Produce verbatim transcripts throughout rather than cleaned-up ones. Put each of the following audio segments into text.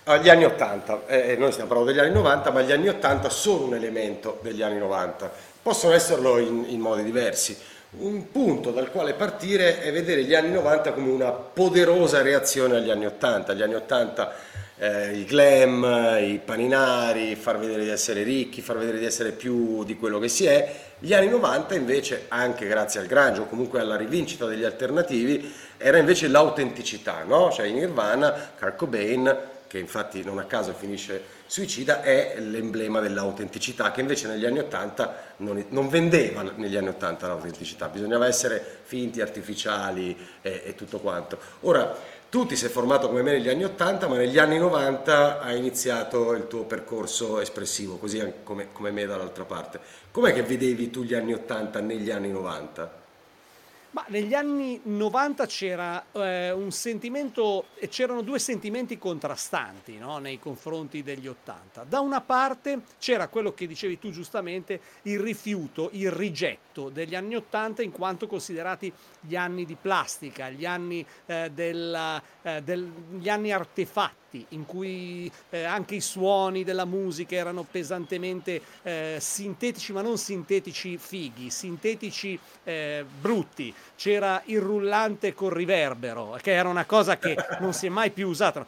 Agli anni ottanta, eh, noi stiamo parlando degli anni novanta, ma gli anni ottanta sono un elemento degli anni novanta, possono esserlo in, in modi diversi. Un punto dal quale partire è vedere gli anni novanta come una poderosa reazione agli anni ottanta. Gli anni ottanta, eh, il glam, i paninari, far vedere di essere ricchi, far vedere di essere più di quello che si è. Gli anni novanta invece, anche grazie al grunge o comunque alla rivincita degli alternativi, era invece l'autenticità, no? Cioè in Nirvana, Kurt Cobain, che infatti non a caso finisce suicida, è l'emblema dell'autenticità, che invece negli anni ottanta non, non vendeva negli anni ottanta l'autenticità, bisognava essere finti, artificiali e, e tutto quanto. Ora, tu ti sei formato come me negli anni ottanta, ma negli anni novanta hai iniziato il tuo percorso espressivo, così come, come me dall'altra parte. Com'è che vedevi tu gli anni ottanta negli anni novanta? Ma negli anni novanta c'era eh, un sentimento, e c'erano due sentimenti contrastanti, no, nei confronti degli ottanta. Da una parte c'era quello che dicevi tu giustamente, il rifiuto, il rigetto degli anni ottanta in quanto considerati gli anni di plastica, gli anni, eh, della, eh, del- gli anni artefatti, in cui eh, anche i suoni della musica erano pesantemente eh, sintetici, ma non sintetici fighi, sintetici eh, brutti. C'era il rullante col riverbero, che era una cosa che non si è mai più usata.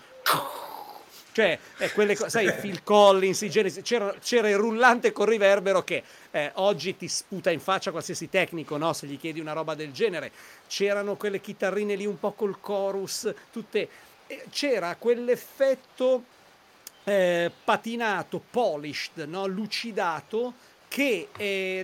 Cioè, eh, quelle co- sai, Phil Collins, i Genesis, c'era, c'era il rullante col riverbero che eh, oggi ti sputa in faccia qualsiasi tecnico, no? Se gli chiedi una roba del genere. C'erano quelle chitarrine lì un po' col chorus, tutte. eh, C'era quell'effetto eh, patinato, polished, no? Lucidato, che eh,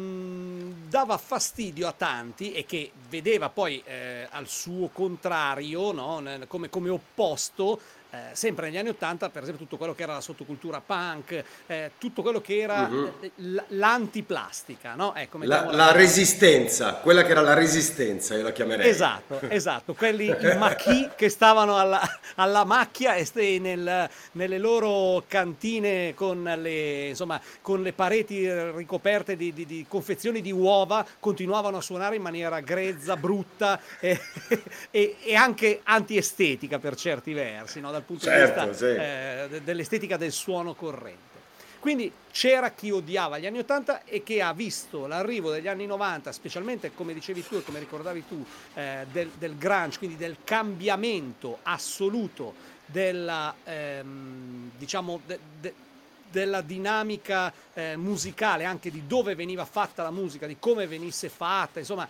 mh, dava fastidio a tanti e che vedeva poi eh, al suo contrario, no? Nel- come, come opposto, eh, sempre negli anni ottanta, per esempio tutto quello che era la sottocultura punk, eh, tutto quello che era eh, l- l'antiplastica, no? Ecco, La, mettiamola la così. resistenza, quella che era la resistenza, io la chiamerei. Esatto, esatto, quelli i macchi che stavano alla, alla macchia e ste nel- nelle loro cantine con le, insomma, con le pareti ricoperte di, di- di confezioni di uova continuavano a suonare in maniera grezza, brutta e, e- e anche antiestetica per certi versi, no? Dal punto di vista Certo, sì. eh, de- dell'estetica del suono corrente. Quindi c'era chi odiava gli anni ottanta e che ha visto l'arrivo degli anni novanta, specialmente come dicevi tu e come ricordavi tu, eh, del, del grunge, quindi del cambiamento assoluto della, ehm, diciamo, de- de- della dinamica eh, musicale, anche di dove veniva fatta la musica, di come venisse fatta, insomma,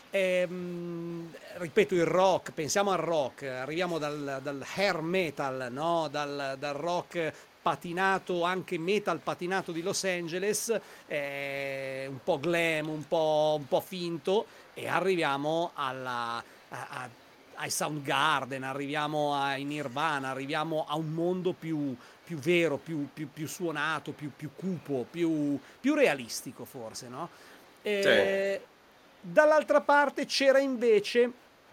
ehm, ripeto il rock, pensiamo al rock, arriviamo dal, dal hair metal, no? dal, dal rock patinato, anche metal patinato di Los Angeles, eh, un po' glam, un po', un po' finto, e arriviamo alla, a- a- ai Soundgarden, arriviamo ai Nirvana, arriviamo a un mondo più, più vero, più, più- più suonato, più, più cupo, più, più realistico forse, no? Sì. Eh, Dall'altra parte c'era invece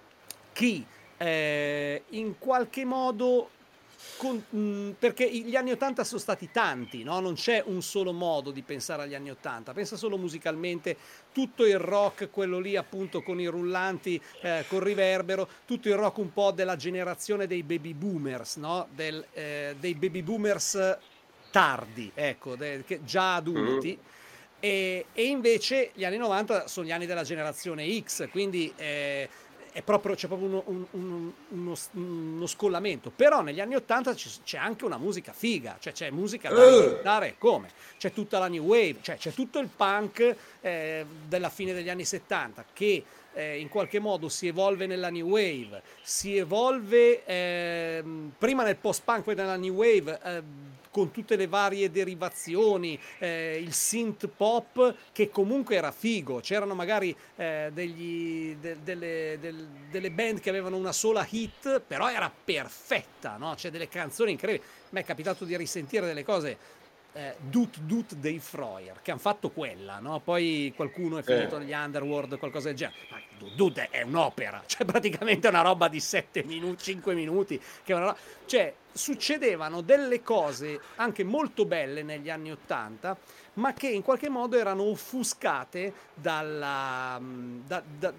chi eh, in qualche modo con- mh, perché gli anni ottanta sono stati tanti, no? Non c'è un solo modo di pensare agli anni ottanta. Pensa solo musicalmente, tutto il rock, quello lì appunto con i rullanti, eh, col riverbero, tutto il rock un po' della generazione dei baby boomers, no? Del, eh, dei baby boomers tardi, ecco, de- che- già adulti. E, e invece gli anni novanta sono gli anni della generazione X, quindi eh, è proprio, c'è proprio uno, un- un- uno, uno scollamento. Però negli anni ottanta c'è anche una musica figa, cioè c'è musica da Uh, rigettare come? C'è tutta la new wave, cioè c'è tutto il punk eh, della fine degli anni settanta che eh, in qualche modo si evolve nella new wave, si evolve ehm, prima nel post-punk, poi nella new wave, eh, con tutte le varie derivazioni, eh, il synth pop che comunque era figo, c'erano magari eh, degli, de- delle, del- delle band che avevano una sola hit, però era perfetta, no? C'è delle canzoni incredibili. A me è capitato di risentire delle cose, eh, Dut Dut dei Freuer, che hanno fatto quella, no? Poi qualcuno è eh. finito negli Underworld, qualcosa del genere. Ma Dut Dut è un'opera, cioè praticamente una roba di sette minuti, cinque minuti, che è una roba. Cioè, succedevano delle cose anche molto belle negli anni ottanta, ma che in qualche modo erano offuscate dalla, da- da-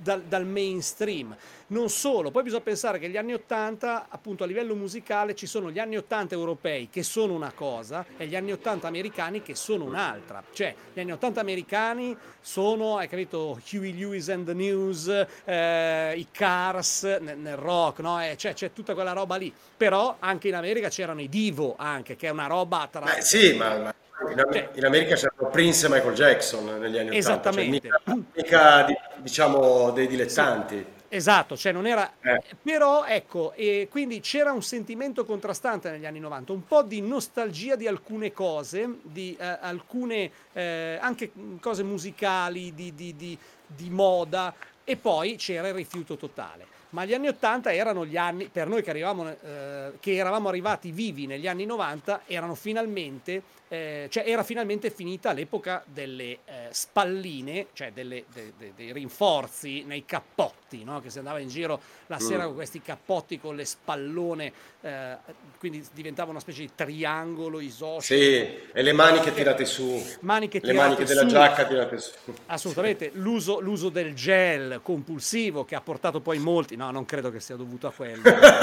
dal, dal mainstream. Non solo, poi bisogna pensare che gli anni ottanta, appunto a livello musicale, ci sono gli anni ottanta europei che sono una cosa e gli anni ottanta americani che sono un'altra. Cioè, gli anni ottanta americani sono, hai capito, Huey Lewis and the News, eh, i Cars nel, nel rock, no? Eh, cioè, c'è tutta quella roba lì. Però anche in America c'erano i Divo, anche, che è una roba tra... Beh, sì, ma, ma in, Am- Cioè, in America c'erano Prince e Michael Jackson negli anni Ottanta, cioè esattamente. mica, mica di- diciamo dei Sì, dilettanti. esatto, cioè non era... Eh, Però ecco, e quindi c'era un sentimento contrastante negli anni novanta, un po' di nostalgia di alcune cose, di eh, alcune eh, anche cose musicali, di, di- di- di moda, e poi c'era il rifiuto totale. Ma gli anni ottanta erano gli anni, per noi che, arrivavamo, eh, che eravamo arrivati vivi negli anni novanta, erano finalmente, eh, cioè era finalmente finita l'epoca delle eh, spalline, cioè delle- de- de- dei rinforzi nei cappotti, no? Che si andava in giro la sera con mm. questi cappotti con le spallone, eh, quindi diventava una specie di triangolo isoscelo, Sì, e le maniche che- tirate su, maniche le tirate maniche della su. giacca tirate su. Assolutamente, l'uso, l'uso del gel compulsivo che ha portato poi molti, no, non credo che sia dovuto a quello,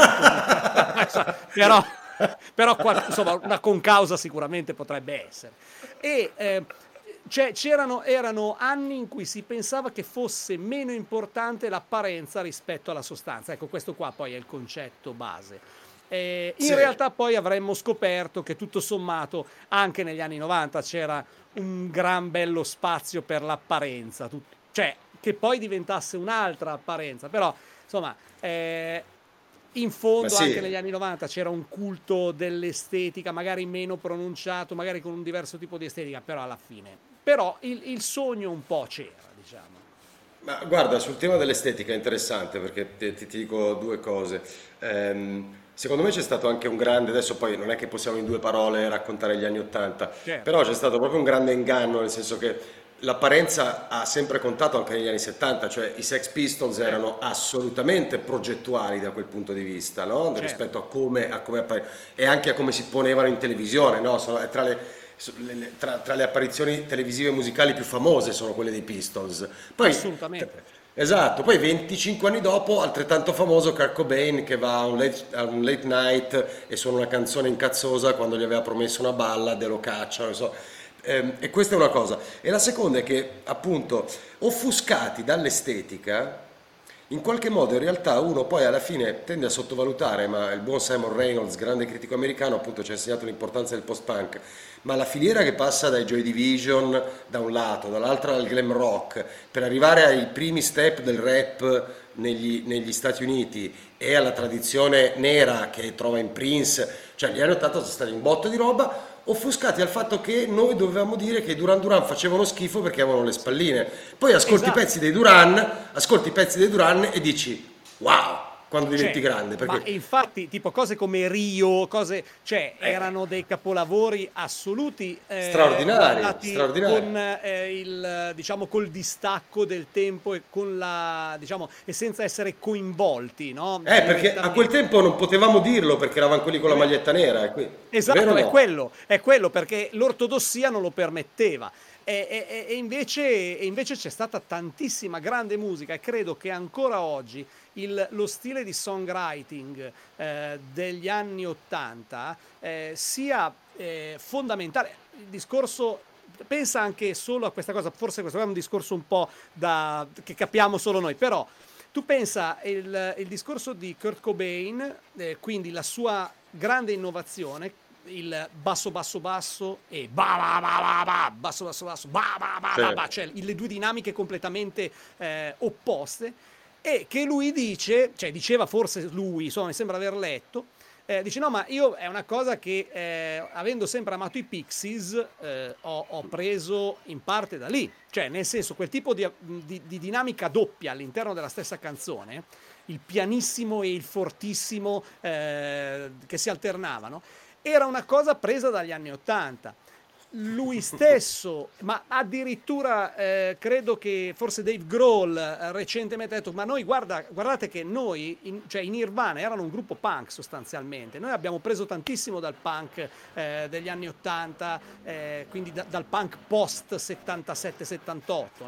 però, però qual- insomma, una concausa sicuramente potrebbe essere. E eh, cioè, c'erano, erano anni in cui si pensava che fosse meno importante l'apparenza rispetto alla sostanza. Ecco, questo qua poi è il concetto base. Eh, in Sì, realtà poi avremmo scoperto che tutto sommato anche negli anni novanta c'era un gran bello spazio per l'apparenza, tut- cioè che poi diventasse un'altra apparenza, però insomma eh, in ma fondo anche sì. negli anni novanta c'era un culto dell'estetica, magari meno pronunciato, magari con un diverso tipo di estetica, però alla fine, però il, il sogno un po' c'era, diciamo. Ma guarda, sul tema dell'estetica è interessante perché ti, ti- ti dico due cose. Ehm, secondo me c'è stato anche un grande, adesso poi non è che possiamo in due parole raccontare gli anni Ottanta, Certo, però c'è stato proprio un grande inganno, nel senso che l'apparenza ha sempre contato anche negli anni settanta, cioè i Sex Pistols certo, erano assolutamente progettuali da quel punto di vista, no? certo, Rispetto a come, a come appare- e anche a come si ponevano in televisione, no? Sono- è tra le, so- le- le- tra, tra le apparizioni televisive musicali più famose sono quelle dei Pistols. Poi, t- assolutamente. esatto, poi venticinque anni dopo, altrettanto famoso Kurt Cobain che va a un late, a un late night e suona una canzone incazzosa quando gli aveva promesso una balla, e lo caccia, non so. Ehm, e questa è una cosa. E la seconda è che, appunto, offuscati dall'estetica, in qualche modo in realtà uno poi alla fine tende a sottovalutare, ma il buon Simon Reynolds, grande critico americano, appunto ci ha insegnato l'importanza del post-punk, ma la filiera che passa dai Joy Division da un lato, dall'altro al glam rock, per arrivare ai primi step del rap negli, negli Stati Uniti e alla tradizione nera che trova in Prince, cioè gli anni ottanta sono stati un botto di roba, offuscati al fatto che noi dovevamo dire che i Duran Duran facevano schifo perché avevano le spalline. Poi ascolti i Esatto. pezzi dei Duran, ascolti i pezzi dei Duran e dici wow, quando diventi Cioè, grande, ma perché infatti, tipo cose come Rio, cose, cioè, eh, erano dei capolavori assoluti, eh, straordinari, guardati straordinari. con eh, il, diciamo, col distacco del tempo e con la, diciamo, e senza essere coinvolti, no? Eh, perché a quel Direttamente. tempo non potevamo dirlo perché eravamo quelli con È la vero. maglietta nera, è qui- vero o Esatto, è no? quello, è quello perché l'ortodossia non lo permetteva. E, e- e invece, e invece c'è stata tantissima grande musica e credo che ancora oggi il- lo stile di songwriting eh, degli anni ottanta eh, sia eh, fondamentale. Il discorso, pensa anche solo a questa cosa, forse questo è un discorso un po' da, che capiamo solo noi, però tu pensa il, il discorso di Kurt Cobain, eh, quindi la sua grande innovazione, il basso basso basso e ba ba ba ba ba, basso basso basso, ba ba ba Sì. ba ba, cioè le due dinamiche completamente eh, opposte, e che lui dice, cioè diceva forse lui, insomma mi sembra aver letto, eh, dice no ma io è una cosa che eh, avendo sempre amato i Pixies eh, ho, ho preso in parte da lì, cioè nel senso quel tipo di, di, di dinamica doppia all'interno della stessa canzone, il pianissimo e il fortissimo eh, che si alternavano, era una cosa presa dagli anni Ottanta. Lui stesso, ma addirittura eh, credo che forse Dave Grohl eh, recentemente ha detto, ma noi guarda, guardate che noi, in, cioè i Nirvana erano un gruppo punk sostanzialmente, noi abbiamo preso tantissimo dal punk eh, degli anni Ottanta, eh, quindi da, dal punk post settantasette settantotto, no?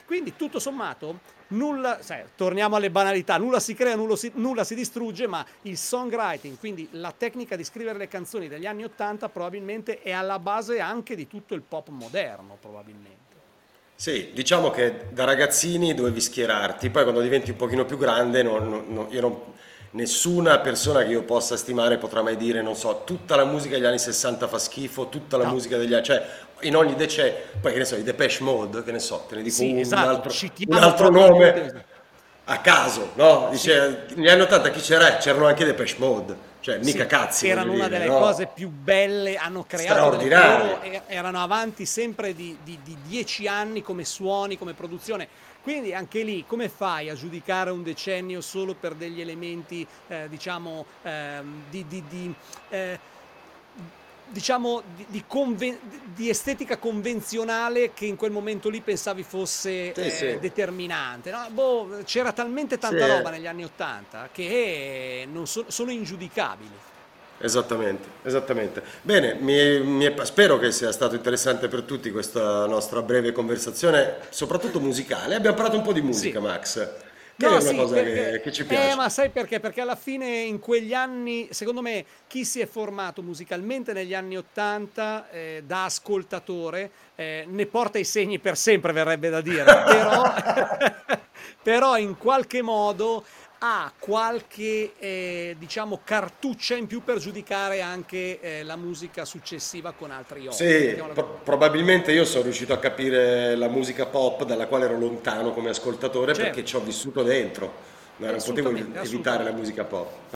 Quindi tutto sommato, nulla, sai, torniamo alle banalità, nulla si crea, nulla si, nulla si distrugge, ma il songwriting, quindi la tecnica di scrivere le canzoni degli anni ottanta probabilmente è alla base anche di tutto il pop moderno, probabilmente. Sì, diciamo che da ragazzini dovevi schierarti, poi quando diventi un pochino più grande, non- non- non- io non- nessuna persona che io possa stimare potrà mai dire, non so, tutta la musica degli anni sessanta fa schifo, tutta la No, musica degli anni, cioè in ogni decennio, poi che ne so, i Depeche Mode, che ne so, te ne dico sì, un esatto, altro, un citiamo altro probabilmente... nome a caso, no? Sì, Dice, negli anni ottanta chi c'era? C'erano anche i Depeche Mode, cioè mica sì, cazzi, voglio erano una dire, delle no? cose più belle, hanno creato delle... Straordinarie. loro e- erano avanti sempre di, di, di dieci anni come suoni, come produzione. Quindi anche lì, come fai a giudicare un decennio solo per degli elementi, eh, diciamo, ehm, di, di- di, eh, diciamo, di, di conven- di estetica convenzionale che in quel momento lì pensavi fosse Sì, eh, sì. determinante, no? Boh, c'era talmente Sì. tanta roba negli anni Ottanta che non so- sono ingiudicabili. Esattamente, esattamente. Bene, mi- mi è- spero che sia stato interessante per tutti questa nostra breve conversazione, soprattutto musicale. Abbiamo parlato un po' di musica, Sì. Max, che è No, una sì, cosa che, perché, che ci eh, piace. ma sai perché? Perché alla fine in quegli anni, secondo me, chi si è formato musicalmente negli anni Ottanta eh, da ascoltatore eh, ne porta i segni per sempre, verrebbe da dire, però, però in qualche modo ha qualche, eh, diciamo, cartuccia in più per giudicare anche eh, la musica successiva con altri occhi. Sì, Mettiamola così. pro- probabilmente io sono riuscito a capire la musica pop dalla quale ero lontano come ascoltatore perché Certo, ci ho vissuto dentro, ma non potevo ev- assolutamente, evitare la assolutamente. musica pop.